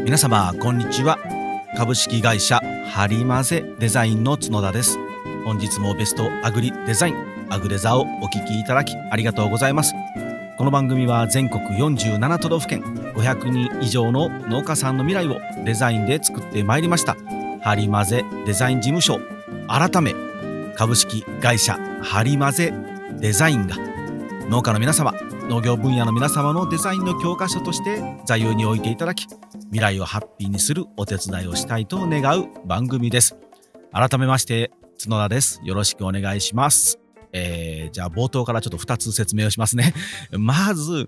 皆様こんにちは。株式会社ハリマゼデザインの角田です。本日もベストアグリデザインアグデザをお聞きいただきありがとうございます。この番組は全国47都道府県500人以上の農家さんの未来をデザインで作ってまいりましたハリマゼデザイン事務所改め株式会社ハリマゼデザインが農家の皆様、農業分野の皆様のデザインの教科書として座右に置いていただき、未来をハッピーにするお手伝いをしたいと願う番組です。改めまして角田です。よろしくお願いします。じゃあ冒頭からちょっと2つ説明をしますね。まず、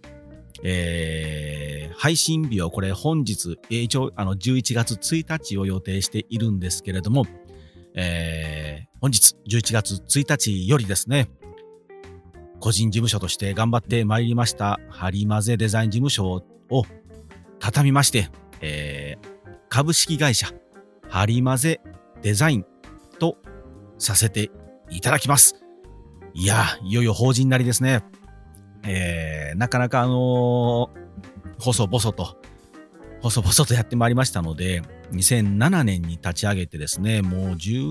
配信日をこれ本日、一応11月1日を予定しているんですけれども、本日11月1日よりですね、個人事務所として頑張ってまいりましたハリマゼデザイン事務所を畳みまして、株式会社ハリマゼデザインとさせていただきます。いよいよ法人なりですね。なかなか細々とやってまいりましたので、2007年に立ち上げてですね、もう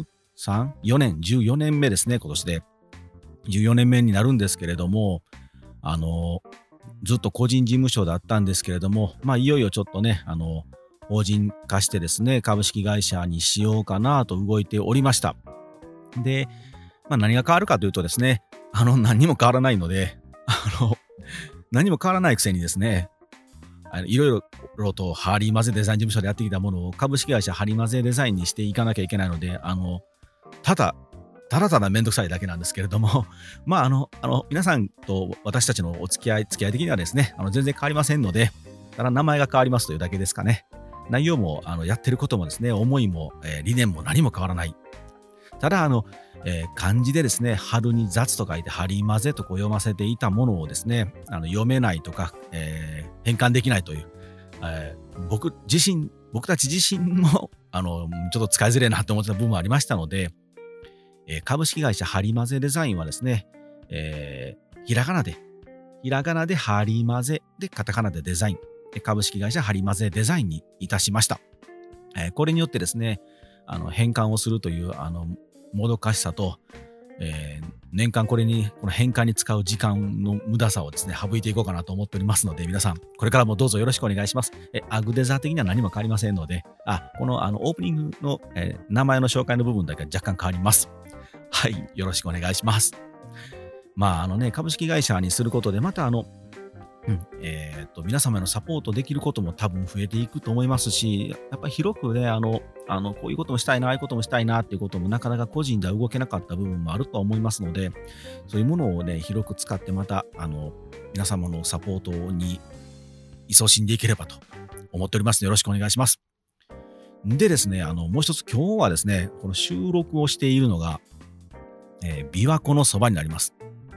14年目ですね。今年で14年目になるんですけれども、ずっと個人事務所だったんですけれども、いよいよちょっとね、法人化してですね、株式会社にしようかなと動いておりました。で、何が変わるかというとですね、何にも変わらないので、何も変わらないくせにですね、いろいろとハリマゼデザイン事務所でやってきたものを株式会社ハリマゼデザインにしていかなきゃいけないので、ただめんどくさいだけなんですけれども、皆さんと私たちの付き合い的にはですね、全然変わりませんので、ただ名前が変わりますというだけですかね。内容もやってることもですね、思いも、理念も何も変わらない。ただ漢字でですね、春に雑と書いてハリマゼと読ませていたものをですね、読めないとか、変換できないという、僕たち自身もちょっと使いづれえなと思ってた部分もありましたので、株式会社ハリマゼデザインはですね、ひらがなでハリマゼでカタカナでデザインで株式会社ハリマゼデザインにいたしました。これによってですね、変換をするというもどかしさと、年間この変換に使う時間の無駄さをですね省いていこうかなと思っておりますので、皆さんこれからもどうぞよろしくお願いします。アグデザ的には何も変わりませんので、このオープニングの、名前の紹介の部分だけは若干変わります。はい、よろしくお願いします。株式会社にすることでまた皆様のサポートできることも多分増えていくと思いますし、やっぱり広くね、こういうこともしたいな、ああいうこともしたいなっていうこともなかなか個人では動けなかった部分もあるとは思いますので、そういうものをね、広く使ってまた、皆様のサポートに勤しんでいければと思っておりますので、よろしくお願いします。でですね、もう一つ今日はですね、この収録をしているのが、琵琶湖のそばになります。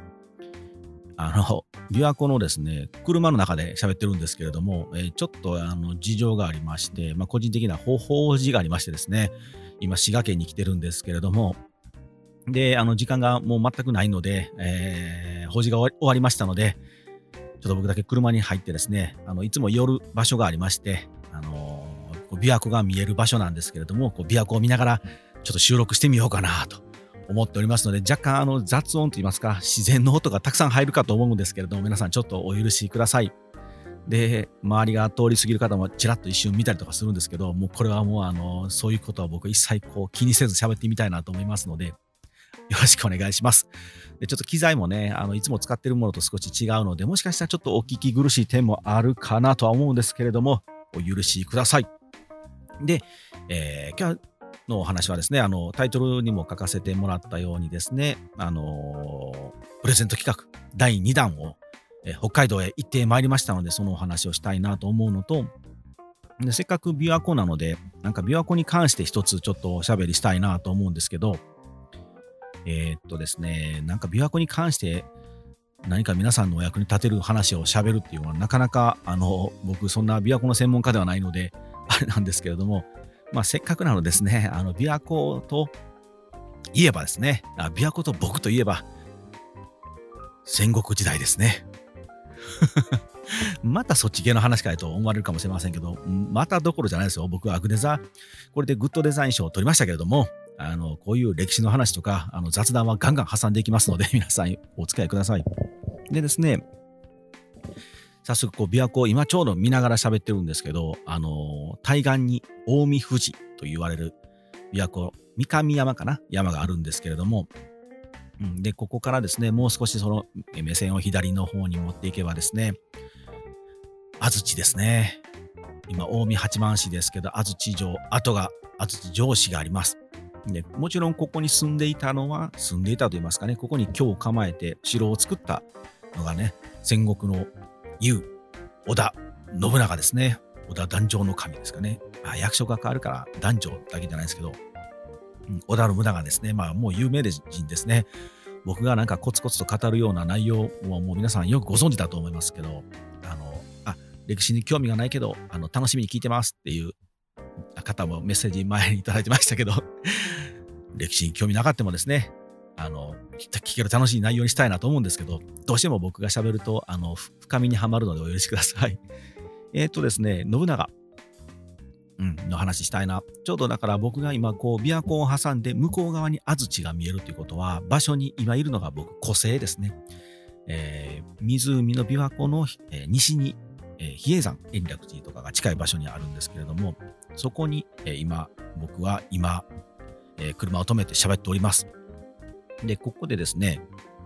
琵琶湖のですね、車の中で喋ってるんですけれども、ちょっと事情がありまして、個人的な法事がありましてですね、今滋賀県に来てるんですけれども、で、時間がもう全くないので、法事が終わりましたので、ちょっと僕だけ車に入ってですね、いつも寄る場所がありまして、琵琶湖が見える場所なんですけれども、琵琶湖を見ながらちょっと収録してみようかなと思っておりますので、若干雑音といいますか自然の音がたくさん入るかと思うんですけれども、皆さんちょっとお許しください。で、周りが通り過ぎる方もちらっと一瞬見たりとかするんですけど、もうこれはもうそういうことは僕一切気にせず喋ってみたいなと思いますので、よろしくお願いします。で、ちょっと機材もね、いつも使ってるものと少し違うので、もしかしたらちょっとお聞き苦しい点もあるかなとは思うんですけれども、お許しください。で、今日のお話はですね、タイトルにも書かせてもらったようにですね、プレゼント企画第2弾を、北海道へ行ってまいりましたので、そのお話をしたいなと思うのと、でせっかく琵琶湖なので、なんか琵琶湖に関して一つちょっとおしゃべりしたいなと思うんですけど、ですね、なんか琵琶湖に関して何か皆さんのお役に立てる話をしゃべるっていうのはなかなか僕そんな琵琶湖の専門家ではないのであれなんですけれども、せっかくなのですね、琵琶湖といえばですね、琵琶湖と僕といえば戦国時代ですね。 またそっち系の話かいと思われるかもしれませんけど、またどころじゃないですよ。僕はアグネザ、これでグッドデザイン賞を取りましたけれども、こういう歴史の話とか、雑談はガンガン挟んでいきますので、皆さんお付き合いください。でですね、早速琵琶湖を今ちょうど見ながら喋ってるんですけど、対岸に近江富士と言われる琵琶湖、三上山かな、山があるんですけれども、で、ここからですね、もう少しその目線を左の方に持っていけばですね、安土ですね。今、近江八幡市ですけど、安土城、跡が安土城市があります。で、もちろんここに住んでいたと言いますかね、ここに居を構えて城を作ったのがね、戦国の雄、織田信長ですね。織田壇上の神ですかね。役職が変わるから壇上だけじゃないですけど、織田信長ですね。もう有名人ですね。僕がなんかコツコツと語るような内容をもう皆さんよくご存知だと思いますけど、歴史に興味がないけど、楽しみに聞いてますっていう方もメッセージ前にいただいてましたけど、歴史に興味なかったもですね、聞ける楽しい内容にしたいなと思うんですけど、どうしても僕が喋ると、深みにはまるのでお許しください。ですね、信長、の話したいな。ちょうどだから僕が今琵琶湖を挟んで向こう側に安土が見えるということは、場所に今いるのが僕、湖西ですね。湖の琵琶湖の、西に、比叡山延暦寺とかが近い場所にあるんですけれども、そこに、僕は今、車を止めて喋っております。で、ここでですね、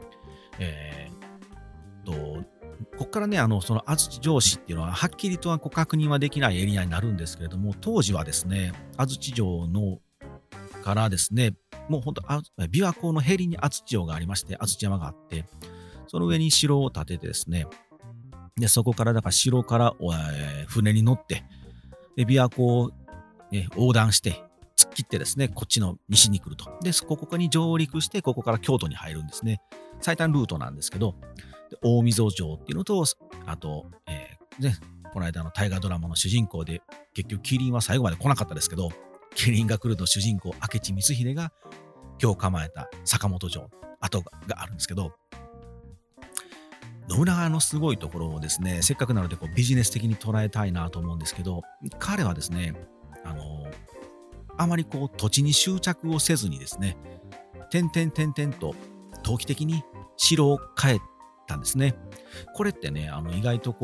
ここからね、その安土城市っていうのは、はっきりとは確認はできないエリアになるんですけれども、当時はですね、安土城のからですね、もう本当、琵琶湖のへりに安土城がありまして、安土山があって、その上に城を建ててですね、で、そこからだから城から、船に乗って、で、琵琶湖を、横断して、突っ切ってですね、こっちの西に来ると。で、ここに上陸して、ここから京都に入るんですね。最短ルートなんですけど、大溝城っていうのと、あと、この間の大河ドラマの主人公で、結局麒麟は最後まで来なかったですけど、麒麟が来ると主人公、明智光秀が居を構えた坂本城跡があるんですけど、信長のすごいところをですね、せっかくなのでビジネス的に捉えたいなと思うんですけど、彼はですね、あまり土地に執着をせずにですね、点々と投機的に城を変えたんですね。これってね、意外と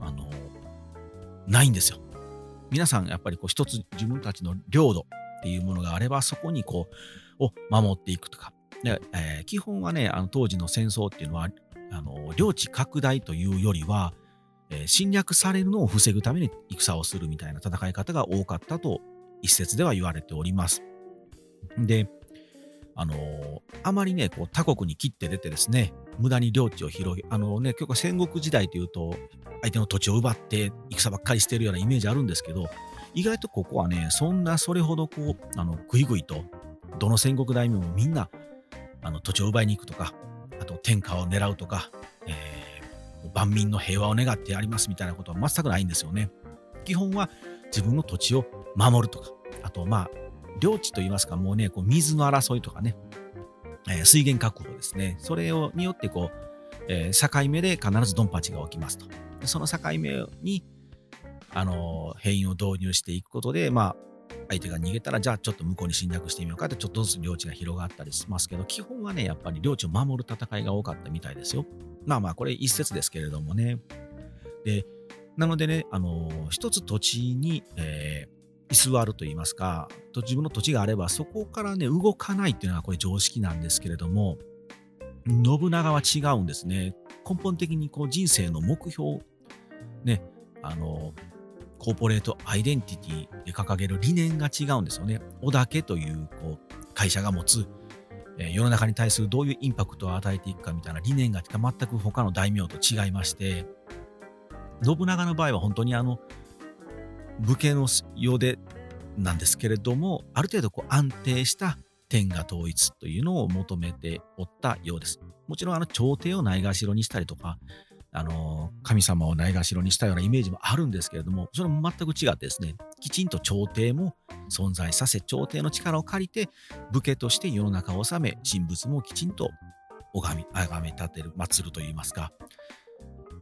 ないんですよ。皆さんやっぱり一つ自分たちの領土っていうものがあれば、そこにを守っていくとか。で、基本はね、当時の戦争っていうのは、領地拡大というよりは、侵略されるのを防ぐために戦をするみたいな戦い方が多かったと一説では言われております。で、あまりね、他国に切って出てですね、無駄に領地を広げ、結構戦国時代というと、相手の土地を奪って戦ばっかりしてるようなイメージあるんですけど、意外とここはね、それほどぐいぐいと、どの戦国大名もみんな、土地を奪いに行くとか、あと天下を狙うとか、万民の平和を願ってやりますみたいなことは全くないんですよね。基本は自分の土地を守るとか、あと領地といいますか、もうね、水の争いとかね、水源確保ですね。それによって境目で必ずドンパチが起きますと。でその境目に兵員を導入していくことで、相手が逃げたら、じゃあちょっと向こうに侵略してみようかって、ちょっとずつ領地が広がったりしますけど、基本はね、やっぱり領地を守る戦いが多かったみたいですよ。これ一説ですけれどもね。で、なのでね、一つ土地に、居座るといいますか、自分の土地があれば、そこからね、動かないっていうのがこれ常識なんですけれども、信長は違うんですね。根本的に人生の目標、ね、コーポレートアイデンティティで掲げる理念が違うんですよね。織田家という会社が持つ、世の中に対するどういうインパクトを与えていくかみたいな理念が全く他の大名と違いまして、信長の場合は本当に武家の世でなんですけれども、ある程度安定した天下統一というのを求めておったようです。もちろん朝廷をないがしろにしたりとか、神様をないがしろにしたようなイメージもあるんですけれども、それも全く違ってですね、きちんと朝廷も存在させ、朝廷の力を借りて武家として世の中を治め、神仏もきちんと崇め立てる、祀るといいますか、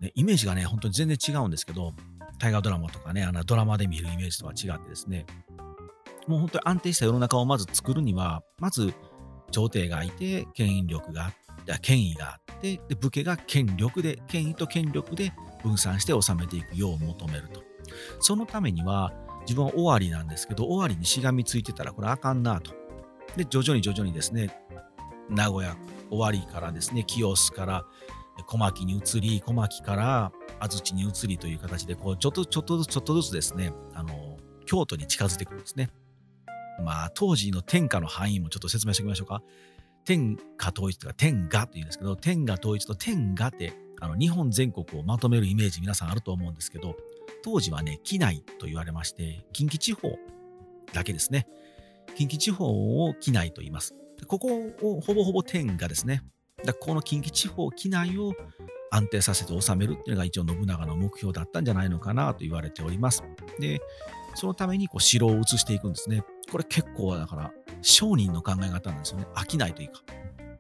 ね、イメージがね、本当に全然違うんですけど、大河ドラマとかね、ドラマで見るイメージとは違ってですね、もう本当に安定した世の中をまず作るには、まず朝廷がいて、権威があって、で武家が権威と権力で分散して治めていくよう求めると。そのためには、自分は尾張なんですけど、尾張にしがみついてたらこれあかんなと。で、徐々にですね、名古屋、尾張からですね、清須から小牧に移り、小牧から安土に移りという形で、こうちょっとずつですね、京都に近づいてくるんですね。まあ、当時の天下の範囲もちょっと説明しておきましょうか。天下統一とか天下って言うんですけど、天下統一と天下って日本全国をまとめるイメージ皆さんあると思うんですけど、当時はね、畿内と言われまして、近畿地方だけですね。近畿地方を畿内と言います。ここをほぼほぼ天下ですね。この近畿地方、畿内を安定させて治めるっていうのが一応信長の目標だったんじゃないのかなと言われております。で、そのためにこう城を移していくんですね。これ結構だから商人の考え方なんですよね。飽きないというか。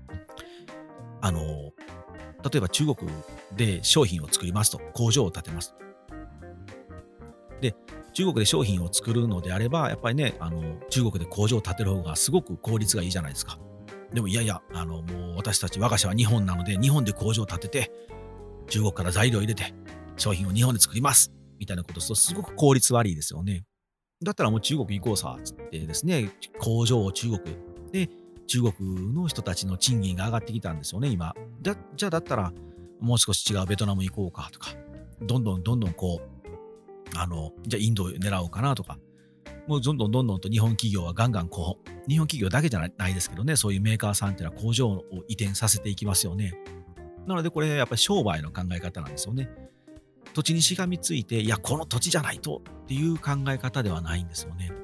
例えば中国で商品を作りますと、工場を建てます。で、中国で商品を作るのであれば、やっぱりね、中国で工場を建てる方がすごく効率がいいじゃないですか。でもいやいや、もう私たち我が社は日本なので、日本で工場を建てて、中国から材料を入れて、商品を日本で作ります。みたいなことすると、すごく効率悪いですよね。だったらもう中国行こうさ、つってですね、工場を中国で、中国の人たちの賃金が上がってきたんですよね、今。じゃあだったら、もう少し違うベトナム行こうかとか、どんどんこう、じゃあインドを狙おうかなとか、もうどんどんと日本企業はガンガンこう、日本企業だけじゃないですけどね、そういうメーカーさんっていうのは工場を移転させていきますよね。なのでこれやっぱり商売の考え方なんですよね。土地にしがみついて、いや、この土地じゃないとっていう考え方ではないんですよね。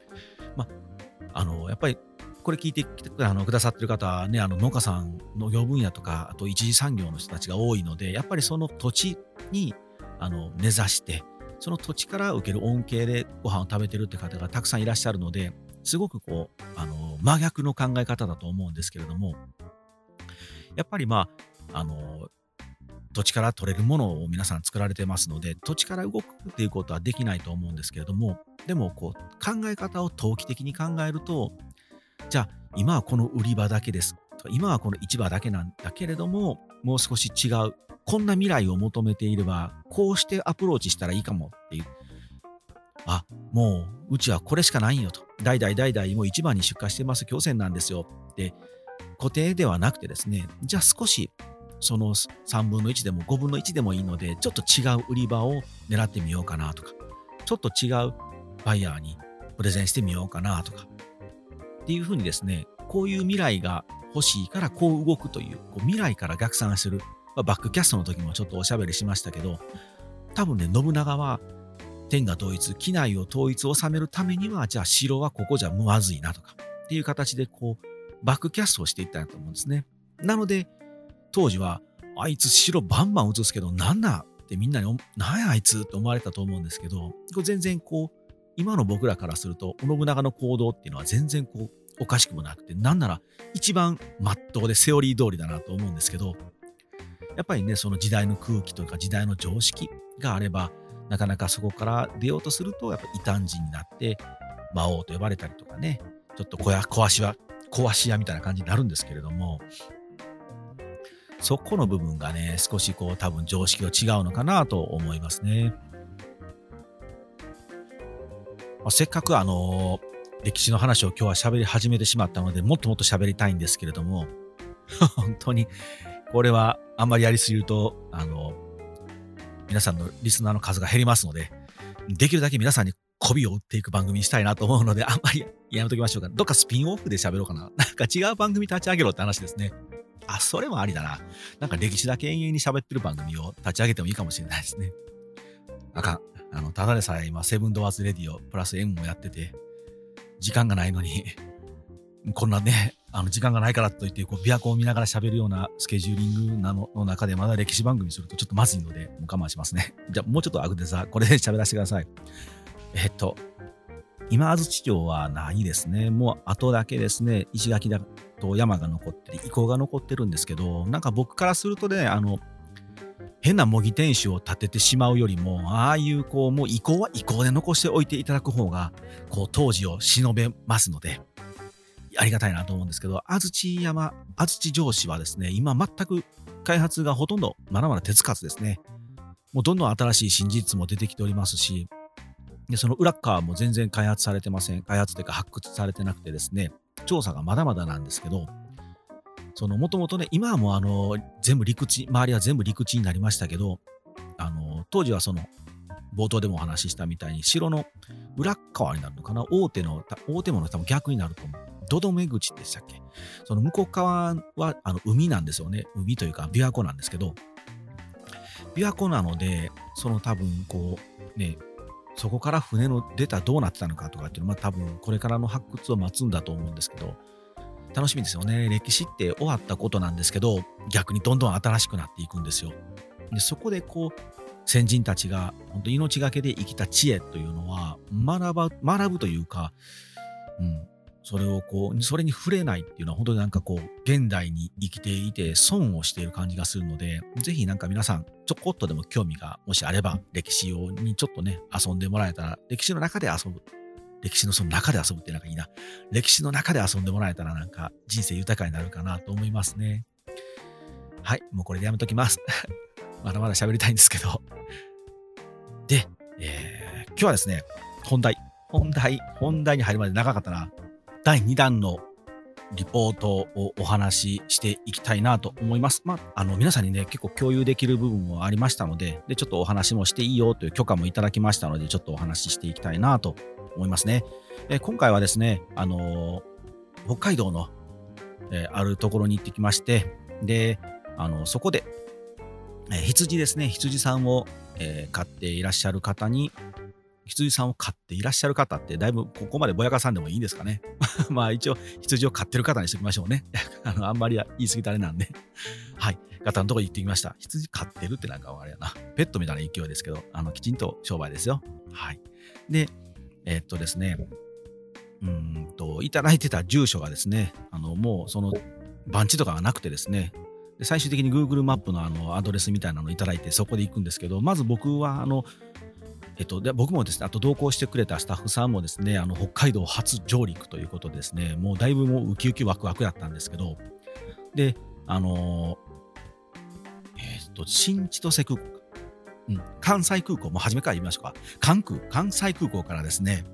やっぱりこれ聞いてくださってる方はね、農家さんの業分野とか、あと一次産業の人たちが多いので、やっぱりその土地に根ざして、その土地から受ける恩恵でご飯を食べてるって方がたくさんいらっしゃるので、すごくこう、真逆の考え方だと思うんですけれども、やっぱり土地から取れるものを皆さん作られてますので、土地から動くっていうことはできないと思うんですけれども、でもこう考え方を投機的に考えると、じゃあ今はこの売り場だけです。今はこの市場だけなんだけれども、もう少し違う。こんな未来を求めていれば、こうしてアプローチしたらいいかもっていう。あ、もううちはこれしかないんよと。代々もう市場に出荷してます。巨船なんですよって、固定ではなくてですね、じゃあ少しその3分の1でも5分の1でもいいので、ちょっと違う売り場を狙ってみようかなとか、ちょっと違うバイヤーにプレゼンしてみようかなとか、っていうふうにですね、こういう未来が欲しいからこう動くという、未来から逆算する。バックキャストの時もちょっとおしゃべりしましたけど、多分ね、信長は天下統一、畿内を統一を収めるためには、じゃあ城はここじゃまずいなとか、っていう形でバックキャストをしていったんだと思うんですね。なので、当時は、あいつ城バンバン映すけど、なんだってみんなに、なんやあいつって思われたと思うんですけど、全然今の僕らからすると、信長の行動っていうのは全然おかしくもなくて、なんなら一番真っ当でセオリー通りだなと思うんですけど、やっぱりね、その時代の空気というか時代の常識があれば、なかなかそこから出ようとすると、やっぱ異端児になって、魔王と呼ばれたりとかね、ちょっと壊し屋みたいな感じになるんですけれども、そこの部分がね、少し多分常識が違うのかなと思いますね。せっかく歴史の話を今日は喋り始めてしまったので、もっともっと喋りたいんですけれども、本当にこれはあんまりやりすぎると、皆さんのリスナーの数が減りますので、できるだけ皆さんに媚びを売っていく番組にしたいなと思うので、あんまりやめときましょうか。どっかスピンオフで喋ろうかな。なんか違う番組立ち上げろって話ですね。それもありだな。なんか歴史だけ延々に喋ってる番組を立ち上げてもいいかもしれないですね。あかん。ただでさえ今、セブンドアーズレディオプラス M もやってて、時間がないのに、こんなね、時間がないからといって、琵琶湖を見ながら喋るようなスケジューリングの中でまだ歴史番組するとちょっとまずいので、もう我慢しますね。じゃあもうちょっとこれで喋らせてください。今、安土城はないですね。もう後だけですね、石垣だと山が残ってる、遺構が残ってるんですけど、なんか僕からするとね、 変な模擬店主を立ててしまうよりも、ああいうこう、もう遺構は遺構で残しておいていただく方が、こう当時を忍べますので、ありがたいなと思うんですけど、安土城址はですね、今全く開発がほとんどまだまだ手つかずですね。もうどんどん新しい新事実も出てきておりますし、でその裏側も全然開発されてません。開発というか発掘されてなくてですね、調査がまだまだなんですけど、もともとね、今はもう全部陸地、周りは全部陸地になりましたけど、当時は冒頭でもお話ししたみたいに、城の裏側になるのかな、大手門の多分逆になると思う。土留め口でしたっけ。その向こう側は海なんですよね。海というか琵琶湖なんですけど、琵琶湖なので、多分こうね、そこから船の出たらどうなってたのかとかっていうのは、多分これからの発掘を待つんだと思うんですけど、楽しみですよね。歴史って終わったことなんですけど、逆にどんどん新しくなっていくんですよ。でそこでこう先人たちが本当命がけで生きた知恵というのは学ぶというか、それに触れないっていうのは本当になんかこう現代に生きていて損をしている感じがするので、ぜひなんか皆さんちょこっとでも興味がもしあれば、歴史にちょっとね遊んでもらえたら、歴史の中で遊ぶってなんかいいな。歴史の中で遊んでもらえたらなんか人生豊かになるかなと思いますね。はい、もうこれでやめときます。まだまだ喋りたいんですけど。で、今日はですね、本題に入るまで長かったな。第2弾のリポートをお話ししていきたいなと思います。皆さんにね、結構共有できる部分もありましたので、ちょっとお話もしていいよという許可もいただきましたので、ちょっとお話ししていきたいなと思いますね。今回はですね、北海道の、あるところに行ってきまして、で、そこで、羊ですね、羊さんを、飼っていらっしゃる方に、羊さんを飼っていらっしゃる方ってだいぶここまでぼやかさんでもいいんですかね。まあ一応羊を飼ってる方にしておきましょうね。あんまり言い過ぎたあれなんで。はい。方のところに行ってきました。羊飼ってるってなんかあれやな。ペットみたいな勢いですけど、きちんと商売ですよ。はい。で、ですね、いただいてた住所がですね、もうその番地とかがなくてですね、で最終的に Google マップのアドレスみたいなのをいただいてそこで行くんですけど、まず僕はで僕もですね、あと同行してくれたスタッフさんもですね、北海道初上陸ということでですね、もうだいぶもうウキウキワクワクだったんですけど、で、新千歳空港、関西空港、もう初めから言いましょうか。関西空港からですね、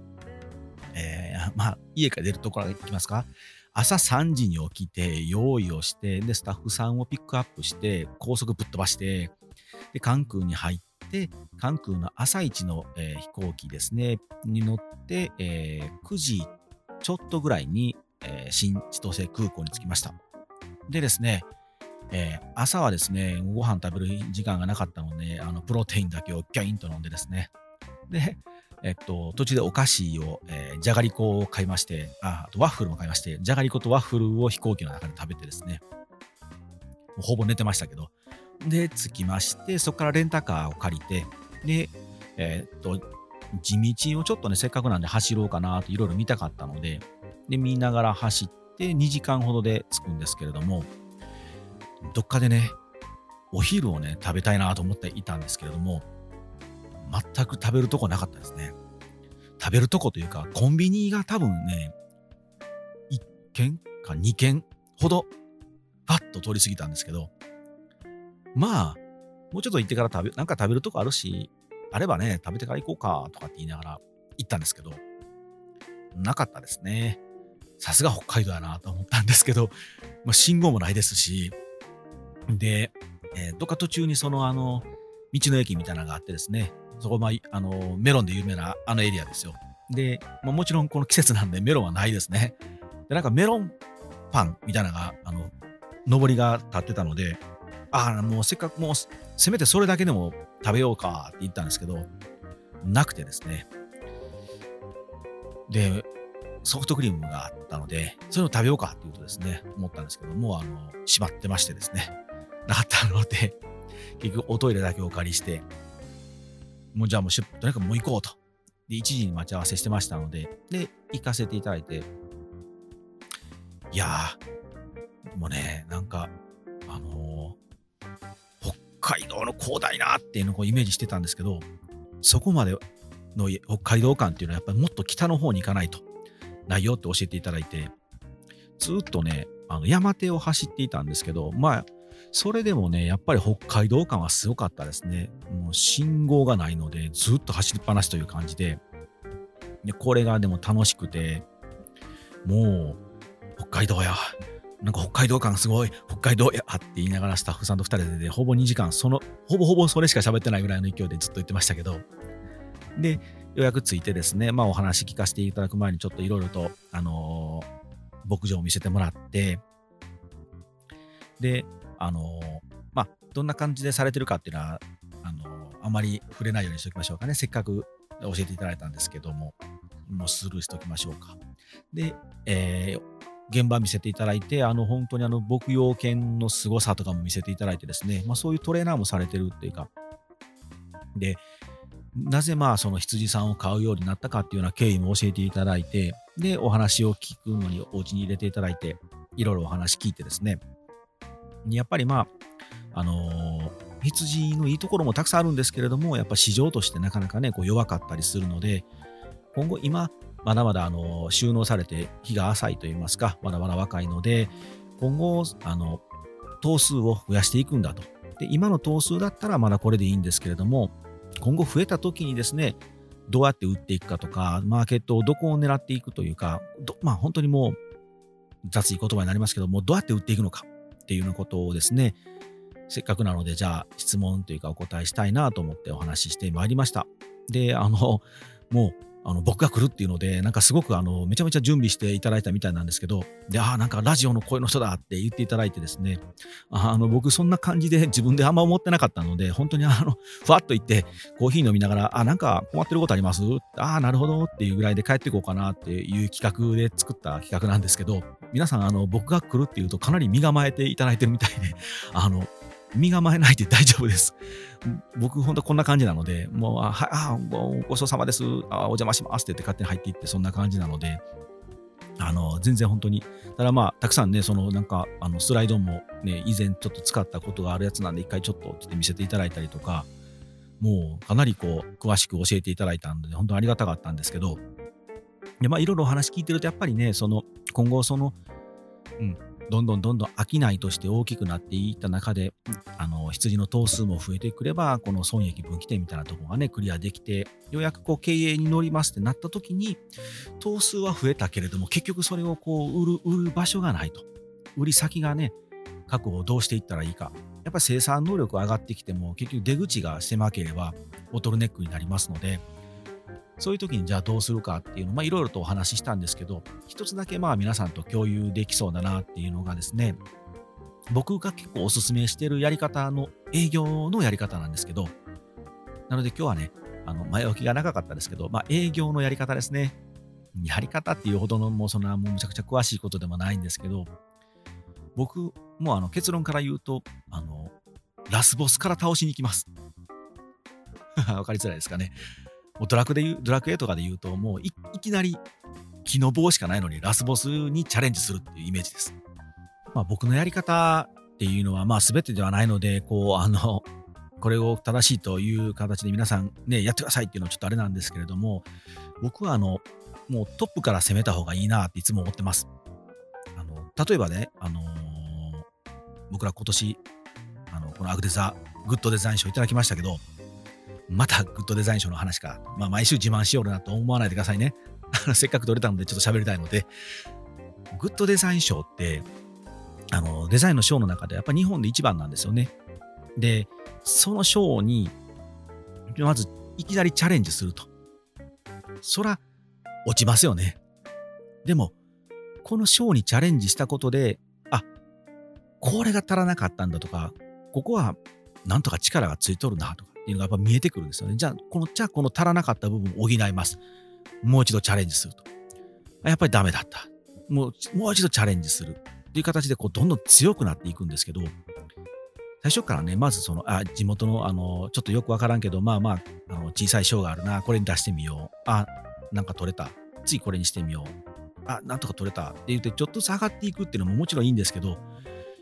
家から出るところから行きますか。朝3時に起きて、用意をして、で、スタッフさんをピックアップして、高速ぶっ飛ばして、で、関空に入って、関空の朝一の、飛行機ですね、に乗って、9時ちょっとぐらいに、新千歳空港に着きました。でですね、朝はですね、ご飯食べる時間がなかったので、プロテインだけをギャインと飲んでですね。で、途中でお菓子を、じゃがりこを買いまして、あとワッフルも買いまして、じゃがりことワッフルを飛行機の中で食べてですね、もうほぼ寝てましたけど、で、着きまして、そこからレンタカーを借りて、で、地道をちょっとね、せっかくなんで走ろうかなといろいろ見たかったので、で、見ながら走って2時間ほどで着くんですけれども、どっかでね、お昼をね、食べたいなと思っていたんですけれども、全く食べるとこなかったですね。食べるとこというか、コンビニが多分ね、1軒か2軒ほど、パッと通り過ぎたんですけど、まあ、もうちょっと行ってからなんか食べるとこあるし、あればね、食べてから行こうか、とかって言いながら行ったんですけど、なかったですね。さすが北海道やなと思ったんですけど、信号もないですし、で、どっか途中に道の駅みたいなのがあってですね、そこメロンで有名なエリアですよ。で、もちろんこの季節なんでメロンはないですね。で、なんかメロンパンみたいなのが、上りが立ってたので、もうせっかくもう、せめてそれだけでも食べようかって言ったんですけど、なくてですね。で、ソフトクリームがあったので、それを食べようかって言うとですね、思ったんですけど、もう閉まってましてですね、なかったので、結局おトイレだけお借りして、もうじゃあもうとにかくもう行こうと。で、1時に待ち合わせしてましたので、で、行かせていただいて、もうね、なんか、北海道の広大なっていうのをこうイメージしてたんですけど、そこまでの北海道間っていうのはやっぱりもっと北の方に行かないとないよって教えていただいて、ずっとね、山手を走っていたんですけど、まあ、それでもね、やっぱり北海道間はすごかったですね。もう信号がないので、ずっと走りっぱなしという感じで、これがでも楽しくて、もう、北海道や、なんか北海道感すごい、北海道やって言いながらスタッフさんと2人で、ほぼ2時間、ほぼほぼそれしか喋ってないぐらいの勢いでずっと言ってましたけど、で、ようやく着いてですね、まあお話聞かせていただく前にちょっといろいろと、牧場を見せてもらって、で、まあ、どんな感じでされてるかっていうのは、あまり触れないようにしておきましょうかね。せっかく教えていただいたんですけども、もうスルーしておきましょうか。で、現場見せていただいて、本当に牧羊犬の凄さとかも見せていただいてですね、まあそういうトレーナーもされてるっていうか、で、なぜまあその羊さんを飼うようになったかっていうような経緯も教えていただいて、で、お話を聞くのにお家に入れていただいて、いろいろお話聞いてですね、やっぱりまあ、羊のいいところもたくさんあるんですけれども、やっぱ市場としてなかなかね、こう弱かったりするので、今後今、まだまだ収納されて日が浅いといいますか、まだまだ若いので、今後、頭数を増やしていくんだと。で、今の頭数だったらまだこれでいいんですけれども、今後増えた時にですね、どうやって売っていくかとか、マーケットをどこを狙っていくというか、まあ本当にもう雑い言葉になりますけども、どうやって売っていくのかっていうようなことをですね、せっかくなので、じゃあ質問というかお答えしたいなと思ってお話ししてまいりました。で、もう、僕が来るっていうので、なんかすごくめちゃめちゃ準備していただいたみたたいなんですけど、で、なんかラジオの声の人だって言っていただいてですね、僕そんな感じで自分であんま思ってなかったので、本当にふわっと言って、コーヒー飲みながら、なんか困ってることあります？なるほどっていうぐらいで帰っていこうかなっていう企画で作った企画なんですけど、皆さん僕が来るっていうとかなり身構えていただいてるみたいで、身構えないで大丈夫です。僕、ほんとこんな感じなので、もう、ごちそうさまです。お邪魔しますって言って勝手に入っていって、そんな感じなので、全然本当に、ただまあ、たくさんね、なんか、スライドもね、以前ちょっと使ったことがあるやつなんで、一回ちょっと見せていただいたりとか、もうかなりこう、詳しく教えていただいたんで、本当にありがたかったんですけど、で、まあ、いろいろお話聞いてると、やっぱりね、今後うん、どんどん商いとして大きくなっていった中で、羊の頭数も増えてくれば、この損益分岐点みたいなところがね、クリアできて、ようやくこう経営に乗りますってなった時に、頭数は増えたけれども、結局それをこう売る場所がないと。売り先がね、確保をどうしていったらいいか。やっぱり生産能力上がってきても、結局出口が狭ければ、ボトルネックになりますので、そういう時にじゃあどうするかっていうのを、いろいろとお話ししたんですけど、一つだけ皆さんと共有できそうだなっていうのがですね、僕が結構おすすめしているやり方の営業のやり方なんですけど、なので今日はね、前置きが長かったですけど、営業のやり方ですね。やり方っていうほどのもうそんなもうむちゃくちゃ詳しいことでもないんですけど、僕も結論から言うと、ラスボスから倒しに行きます。わかりづらいですかね。もうドラクエとかで言うと、もういきなり木の棒しかないのにラスボスにチャレンジするっていうイメージです。僕のやり方っていうのは全てではないので、こうこれを正しいという形で皆さんね、やってくださいっていうのはちょっとあれなんですけれども、僕はもうトップから攻めた方がいいなっていつも思ってます。例えばね、僕ら今年このグッドデザイン賞いただきましたけど、またグッドデザイン賞の話か。毎週自慢しようなと思わないでくださいね。せっかく取れたのでちょっと喋りたいので。グッドデザイン賞って、デザインの賞の中でやっぱり日本で一番なんですよね。で、その賞に、まずいきなりチャレンジすると。そら、落ちますよね。でも、この賞にチャレンジしたことで、これが足らなかったんだとか、ここはなんとか力がついとるなとかっていうのがやっぱ見えてくるんですよね。じゃあこの足らなかった部分を補います。もう一度チャレンジすると。やっぱりダメだった。もう一度チャレンジするっていう形でこうどんどん強くなっていくんですけど、最初からね、まず地元のちょっとよくわからんけど、小さい賞があるな、これに出してみよう。なんか取れた。次これにしてみよう。なんとか取れたって言ってちょっとずつ上がっていくっていうのももちろんいいんですけど、やっ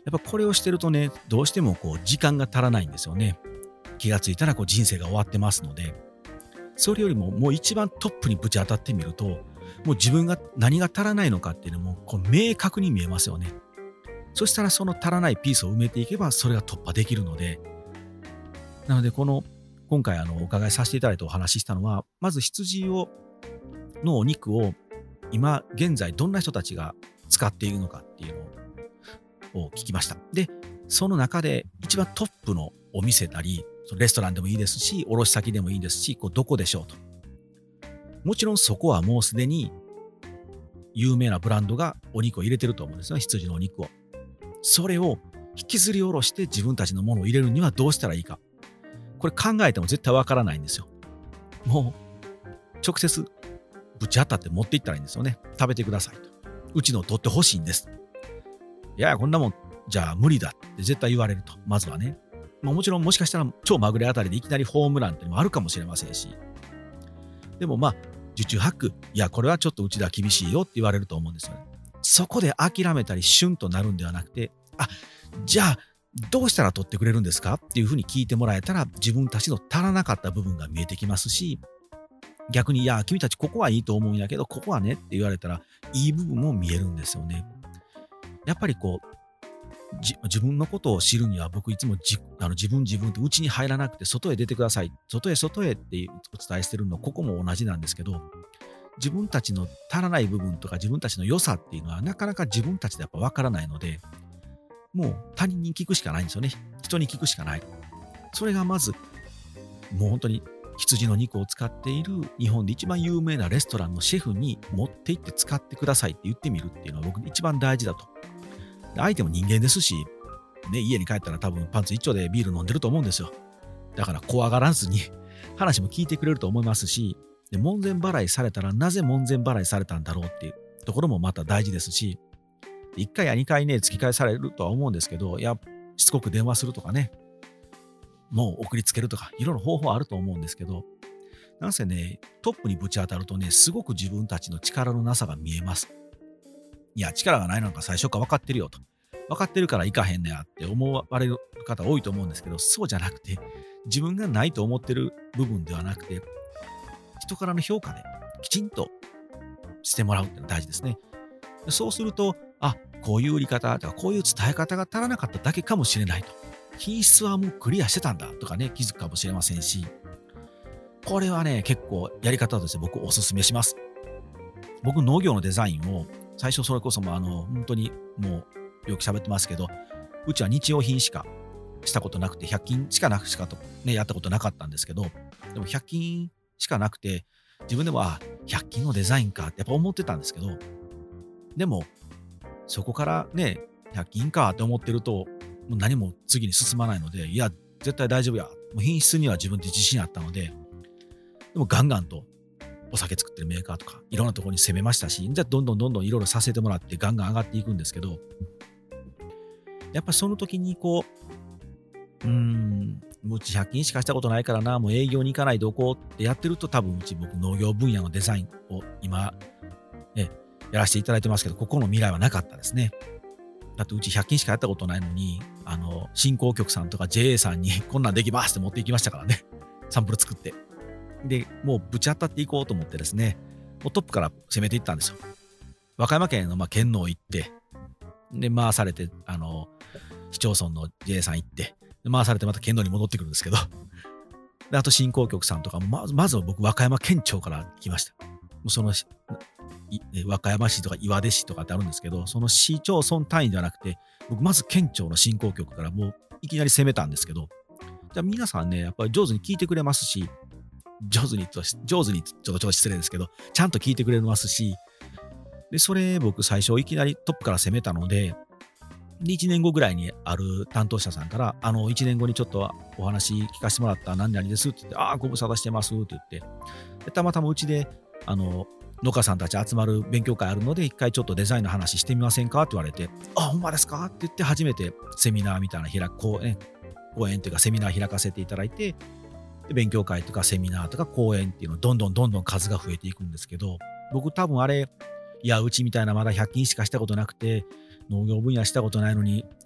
やっぱこれをしてるとね、どうしてもこう時間が足らないんですよね。気がついたらこう人生が終わってますので、それよりももう一番トップにぶち当たってみると、もう自分が何が足らないのかっていうのもこう明確に見えますよね。そしたらその足らないピースを埋めていけばそれが突破できるので、なので今回お伺いさせていただいてお話ししたのは、まず羊のお肉を今現在どんな人たちが使っているのかっていうのを聞きました。で、その中で一番トップのお店なり、そのレストランでもいいですし、卸先でもいいですし、どこでしょうと。もちろんそこはもうすでに有名なブランドがお肉を入れてると思うんですよね、羊のお肉を。それを引きずり下ろして自分たちのものを入れるにはどうしたらいいか。これ考えても絶対わからないんですよ。もう直接ぶち当たって持っていったらいいんですよね。食べてくださいと。うちのを取ってほしいんです。いや、こんなもんじゃあ無理だって絶対言われると。まずはね。もちろんもしかしたら超まぐれあたりでいきなりホームランっていうのもあるかもしれませんし。でも受注ハック、いや、これはちょっとうちでは厳しいよって言われると思うんですよね。そこで諦めたりシュンとなるんではなくて、じゃあどうしたら取ってくれるんですかっていうふうに聞いてもらえたら、自分たちの足らなかった部分が見えてきますし、逆に、いや、君たちここはいいと思うんやけど、ここはねって言われたら、いい部分も見えるんですよね。やっぱり自分のことを知るには、僕いつも自分って内に入らなくて、外へ出てください。外へってお伝えしてるの、ここも同じなんですけど、自分たちの足らない部分とか自分たちの良さっていうのは、なかなか自分たちでやっぱ分からないので、もう他人に聞くしかないんですよね。人に聞くしかない。それがまず、もう本当に羊の肉を使っている日本で一番有名なレストランのシェフに持って行って使ってくださいって言ってみるっていうのは僕一番大事だと。相手も人間ですし、ね、家に帰ったら多分パンツ一丁でビール飲んでると思うんですよ。だから怖がらずに話も聞いてくれると思いますし、で門前払いされたらなぜ門前払いされたんだろうっていうところもまた大事ですし、1回や2回ね、突き返されるとは思うんですけど、しつこく電話するとかね、もう送りつけるとか、いろいろ方法あると思うんですけど、なんせね、トップにぶち当たるとね、すごく自分たちの力のなさが見えます。いや、力がないのか最初から分かってるよと。分かってるからいかへんねやって思われる方多いと思うんですけど、そうじゃなくて、自分がないと思ってる部分ではなくて、人からの評価できちんとしてもらうっていうのが大事ですね。そうすると、こういう売り方とか、こういう伝え方が足らなかっただけかもしれないと。品質はもうクリアしてたんだとかね、気づくかもしれませんし、これはね、結構やり方として僕おすすめします。僕農業のデザインを、最初それこそ本当にもうよく喋ってますけど、うちは日用品しかしたことなくて、100均しかやったことなかったんですけど、でも100均しかなくて、自分でも100均のデザインかってやっぱ思ってたんですけど、でもそこからね、100均かって思ってると、もう何も次に進まないので、いや、絶対大丈夫や。もう品質には自分で自信あったので、でもガンガンとお酒作ってるメーカーとか、いろんなところに攻めましたし、じゃあどんどんいろいろさせてもらってガンガン上がっていくんですけど、やっぱりその時にうち100均しかしたことないからな、もう営業に行かないでおこうってやってると、多分僕農業分野のデザインを今、やらせていただいてますけど、ここの未来はなかったですね。だってうち100均しかやったことないのに、振興局さんとか JA さんにこんなんできますって持っていきましたからね。サンプル作って。で、もうぶち当たっていこうと思ってですね、もうトップから攻めていったんですよ。和歌山県の県農行って、で、回されて、市町村の JA さん行って、で回されてまた県農に戻ってくるんですけど、であと振興局さんとかも、まずは僕、和歌山県庁から来ました。もうその和歌山市とか岩出市とかってあるんですけど、その市町村単位ではなくて、僕まず県庁の振興局からもういきなり攻めたんですけど、じゃあ皆さんね、やっぱり上手に聞いてくれますし、上手にちょっと失礼ですけど、ちゃんと聞いてくれますし、で、それ僕最初いきなりトップから攻めたので、1年後ぐらいにある担当者さんから、1年後にちょっとお話聞かせてもらった何々ですって言って、ご無沙汰してますって言って、でたまたまうちで、農家さんたち集まる勉強会あるので、一回ちょっとデザインの話してみませんかって言われて、ほんまですかって言って初めてセミナーみたいな講演というかセミナー開かせていただいて、勉強会とかセミナーとか講演っていうのどんどん数が増えていくんですけど、僕多分うちみたいなまだ100均しかしたことなくて、農業分野したことないのに、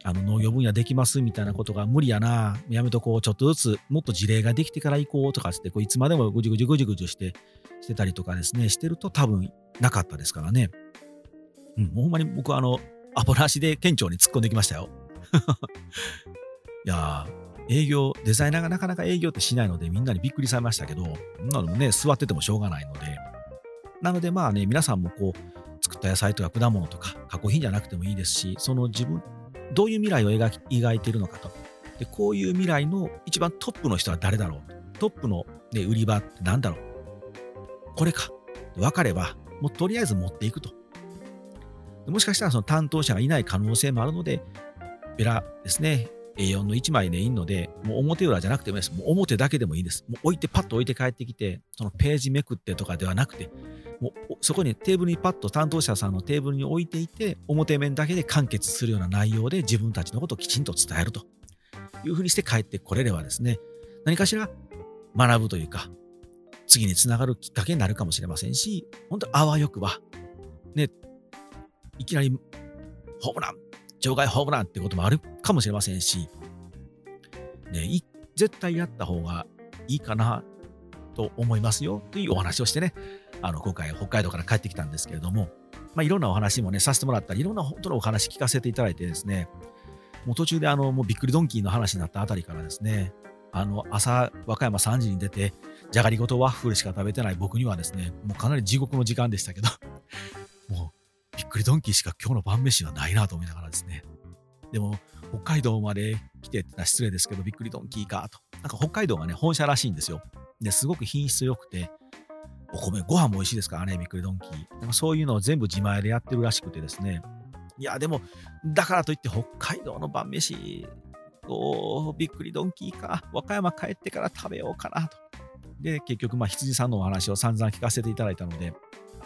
農業分野できますみたいなことが無理やな、やめとこう、ちょっとずつもっと事例ができてから行こうとかつって、いつまでもぐじゅぐじゅぐじゅぐじゅしてたりとかですね、してると多分なかったですからね。もうほんまに僕はアポなしで店長に突っ込んできましたよ。いや営業、デザイナーがなかなか営業ってしないのでみんなにびっくりされましたけど、そんなのもね、座っててもしょうがないので。なのでまあね、皆さんも作った野菜とか果物とか加工品じゃなくてもいいですし、その自分、どういう未来を描いているのかと。で、こういう未来の一番トップの人は誰だろう。トップの、ね、売り場って何だろう。これか。分かれば、もうとりあえず持っていくと。でもしかしたらその担当者がいない可能性もあるので、ベラですね。A4 の1枚でいいので、もう表裏じゃなくてもいいです。もう表だけでもいいです。もうパッと置いて帰ってきて、そのページめくってとかではなくて、もうそこにテーブルにパッと担当者さんのテーブルに置いていて、表面だけで完結するような内容で自分たちのことをきちんと伝えるというふうにして帰ってこれればですね、何かしら学ぶというか、次につながるきっかけになるかもしれませんし、本当あわよくば、ね、いきなりホームラン、場外ホームランってこともあるかもしれませんし、ね、絶対やった方がいいかなと思いますよというお話をしてね、今回北海道から帰ってきたんですけれども、いろんなお話もね、させてもらったり、いろんな本当のお話聞かせていただいてですね、もう途中でもうびっくりドンキーの話になったあたりからですね、朝、和歌山3時に出て、じゃがりごとワッフルしか食べてない僕にはですね、もうかなり地獄の時間でしたけど、もうびっくりドンキーしか今日の晩飯はないなと思いながらですね、でも北海道まで来てって失礼ですけど、びっくりドンキーかと。なんか北海道がね、本社らしいんですよ。ですごく品質良くて、お米、ご飯も美味しいですからね、びっくりドンキー。でもそういうのを全部自前でやってるらしくてですね。いや、でも、だからといって北海道の晩飯をびっくりドンキーか、和歌山帰ってから食べようかなと。で、結局、羊さんのお話を散々聞かせていただいたので、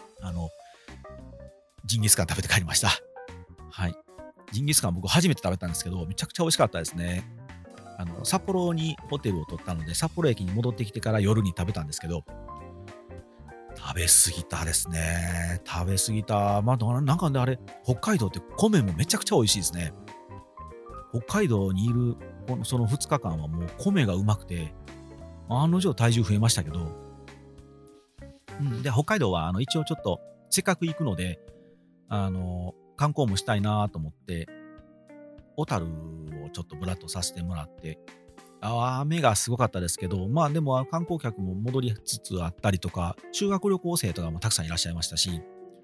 ジンギスカン食べて帰りました。はい。ジンギスカン僕初めて食べたんですけど、めちゃくちゃ美味しかったですね。札幌にホテルを取ったので、札幌駅に戻ってきてから夜に食べたんですけど、食べ過ぎたですね。食べ過ぎた。なんかね、あれ、北海道って米もめちゃくちゃ美味しいですね。北海道にいるその2日間はもう米がうまくて、案の定体重増えましたけど、で、北海道は一応ちょっと、せっかく行くので、観光もしたいなと思って、小樽をちょっとブラッとさせてもらって、雨がすごかったですけど、でも観光客も戻りつつあったりとか、修学旅行生とかもたくさんいらっしゃいましたし、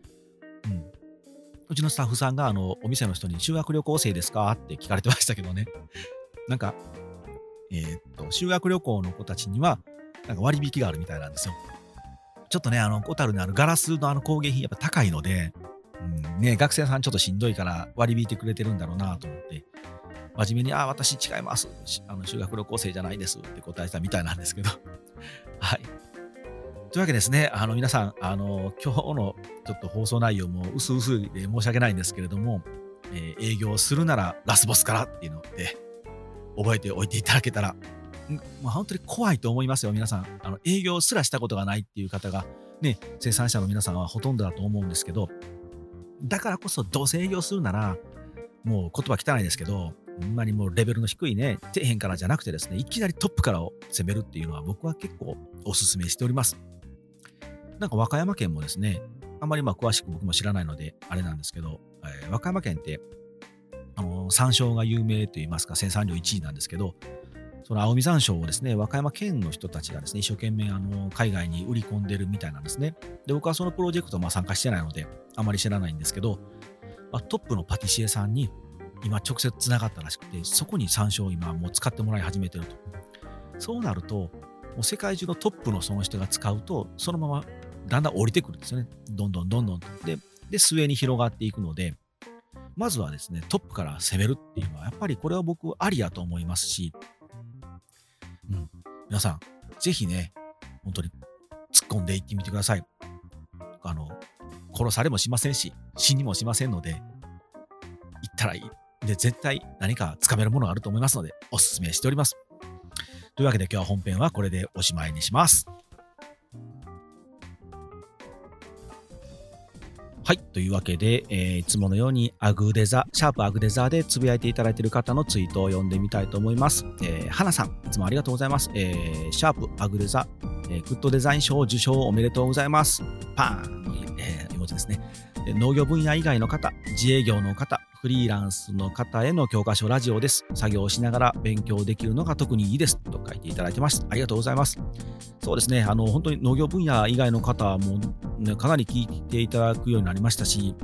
うちのスタッフさんがお店の人に修学旅行生ですかって聞かれてましたけどね。なんか、修学旅行の子たちには、なんか割引があるみたいなんですよ。ちょっとね、小樽のガラスの工芸品やっぱ高いので、学生さんちょっとしんどいから割り引いてくれてるんだろうなと思って、真面目に、私違います。修学旅行生じゃないですって答えたみたいなんですけど。はい。というわけですね、皆さん、今日のちょっと放送内容も薄々で申し訳ないんですけれども、営業するならラスボスからっていうので、覚えておいていただけたら、本当に怖いと思いますよ、皆さん。営業すらしたことがないっていう方が、ね、生産者の皆さんはほとんどだと思うんですけど、だからこそどうせ営業するなら、もう言葉汚いですけど、ほんまにもうレベルの低いね、底辺からじゃなくてですね、いきなりトップからを攻めるっていうのは僕は結構お勧めしております。なんか和歌山県もですね、あんまり詳しく僕も知らないのであれなんですけど、和歌山県って山椒が有名といいますか生産量1位なんですけど、その青実山椒をですね、和歌山県の人たちがですね、一生懸命海外に売り込んでるみたいなんですね。で、僕はそのプロジェクト参加してないので、あまり知らないんですけど、トップのパティシエさんに今直接つながったらしくて、そこに山椒を今もう使ってもらい始めてると。そうなると、もう世界中のトップのその人が使うと、そのままだんだん降りてくるんですよね。どんどんどんどんと。で、末に広がっていくので、まずはですね、トップから攻めるっていうのは、やっぱりこれは僕ありやと思いますし、皆さん、ぜひね、本当に突っ込んでいってみてください。殺されもしませんし、死にもしませんので、行ったらいい。で、絶対何かつかめるものがあると思いますので、お勧めしております。というわけで今日は本編はこれでおしまいにします。 はい。というわけで、いつものようにアグデザ、シャープアグデザでつぶやいていただいている方のツイートを読んでみたいと思います。花さん、いつもありがとうございます。シャープアグデザ、グッドデザイン賞受賞おめでとうございます。パーンの、絵文字ですね。農業分野以外の方、自営業の方、フリーランスの方への教科書ラジオです。作業をしながら勉強できるのが特にいいですと書いていただいてます。ありがとうございます。そうですね、本当に農業分野以外の方も、ね、かなり聞いていただくようになりましたし、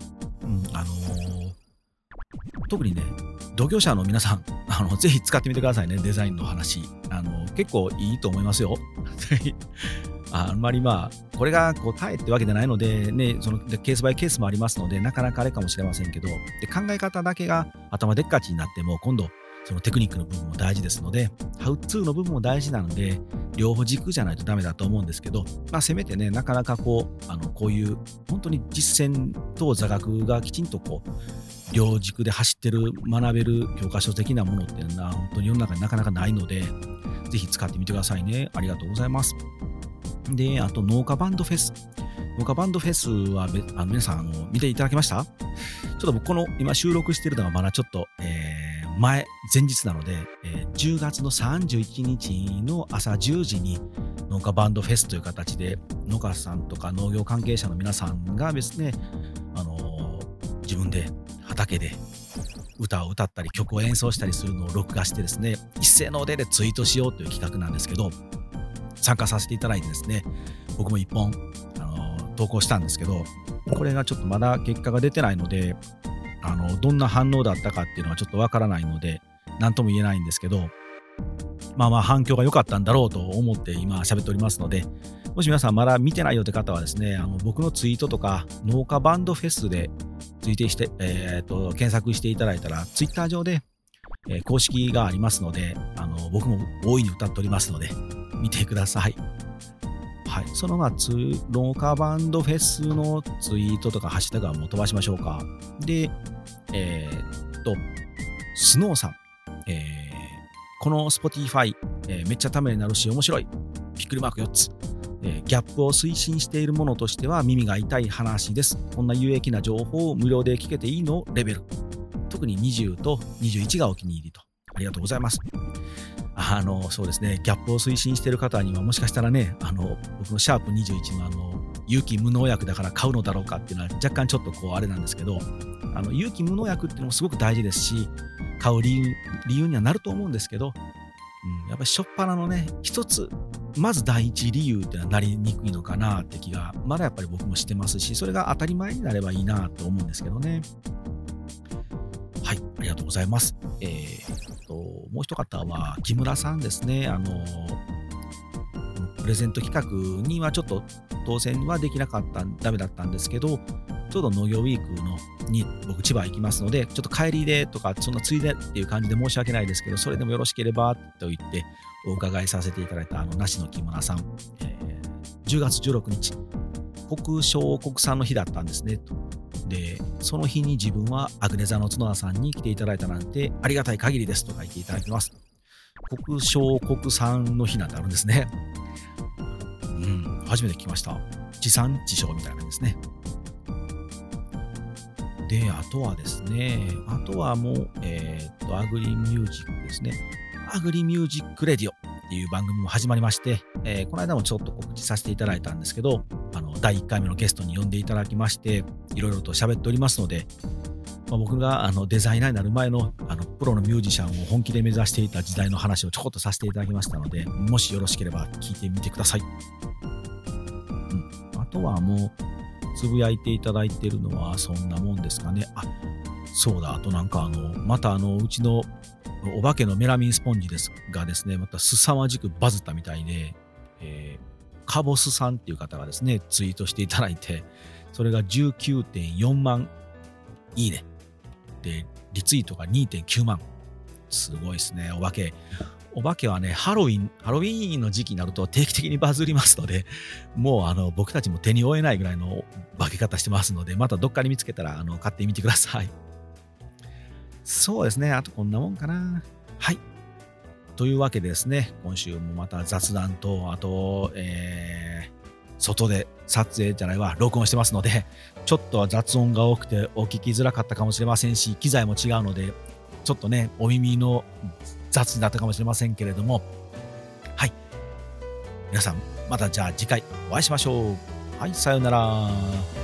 特にね、同業者の皆さん、ぜひ使ってみてくださいね、デザインの話。結構いいと思いますよ。あんまりこれが答えってわけじゃないので、ね、そのケースバイケースもありますので、なかなかあれかもしれませんけど、で考え方だけが頭でっかちになっても、今度、そのテクニックの部分も大事ですので、ハウツーの部分も大事なので、両方軸じゃないとダメだと思うんですけど、せめてね、なかなかこういう、本当に実践と座学がきちんと両軸で走ってる、学べる教科書的なものっていうのは、本当に世の中になかなかないので、ぜひ使ってみてくださいね。ありがとうございます。で、あと農家バンドフェス。農家バンドフェスは皆さん見ていただけました？ちょっと僕今収録しているのはまだちょっと、前日なので、10月の31日の朝10時に農家バンドフェスという形で農家さんとか農業関係者の皆さんがですね、自分で畑で歌を歌ったり曲を演奏したりするのを録画してですね、一斉の腕でツイートしようという企画なんですけど、参加させていただいてですね、僕も一本投稿したんですけど、これがちょっとまだ結果が出てないので、どんな反応だったかっていうのはちょっとわからないので、何とも言えないんですけど、反響が良かったんだろうと思って今喋っておりますので、もし皆さんまだ見てないよって方はですね、僕のツイートとか農家バンドフェスでツイートして、検索していただいたら、ツイッター上で、公式がありますので、僕も大いに歌っておりますので、見てください。はい、その農家バンドフェスのツイートとかハッシュタグはもう飛ばしましょうか。で、スノーさん、この Spotify、めっちゃためになるし面白い。びっくりマーク4つ。ギャップを推進しているものとしては耳が痛い話です。こんな有益な情報を無料で聞けていいのレベル。特に20と21がお気に入りと。ありがとうございます。そうですね、ギャップを推進している方にはもしかしたらね、僕のシャープ21の有機無農薬だから買うのだろうかっていうのは若干ちょっとあれなんですけど、有機無農薬っていうのもすごく大事ですし、買う理由にはなると思うんですけど、やっぱり初っ端のね、一つ、まず第一理由っていうのはなりにくいのかなって気が、まだやっぱり僕もしてますし、それが当たり前になればいいなと思うんですけどね。はい、ありがとうございます。もう一方は木村さんですね。プレゼント企画にはちょっと当選はできなかったダメだったんですけど、ちょうど農業ウィークに僕千葉行きますので、ちょっと帰りでとかそんなついでっていう感じで申し訳ないですけど、それでもよろしければと言ってお伺いさせていただいた梨の木村さん、10月16日国商国産の日だったんですねと。で、その日に自分はアグネザの角田さんに来ていただいたなんてありがたい限りですと書いていただきます。国商国産の日なんてあるんですね。初めて聞きました。地産地消みたいなんですね。で、あとはですね、あとはもう、アグリミュージックですね。アグリミュージックレディオっていう番組も始まりまして、この間もちょっと告知させていただいたんですけど、第1回目のゲストに呼んでいただきまして、いろいろと喋っておりますので、僕がデザイナーになる前のプロのミュージシャンを本気で目指していた時代の話をちょこっとさせていただきましたので、もしよろしければ聞いてみてください。あとはもうつぶやいていただいているのはそんなもんですかね。そうだ、あとなんかまたうちのお化けのメラミンスポンジですがですね、また凄まじくバズったみたいで、カボスさんっていう方がですね、ツイートしていただいて、それが 19.4 万いいね。で、リツイートが 2.9 万。すごいですね、お化けはね、ハロウィンの時期になると定期的にバズりますので、もう僕たちも手に負えないぐらいの化け方してますので、またどっかに見つけたら買ってみてください。そうですね、あとこんなもんかな。はい。というわけでですね、今週もまた雑談と、あと、 外で撮影じゃないわ録音してますので、ちょっとは雑音が多くてお聞きづらかったかもしれませんし、機材も違うのでちょっとねお耳の雑になったかもしれませんけれども、はい、皆さんまたじゃあ次回お会いしましょう。はい、さようなら。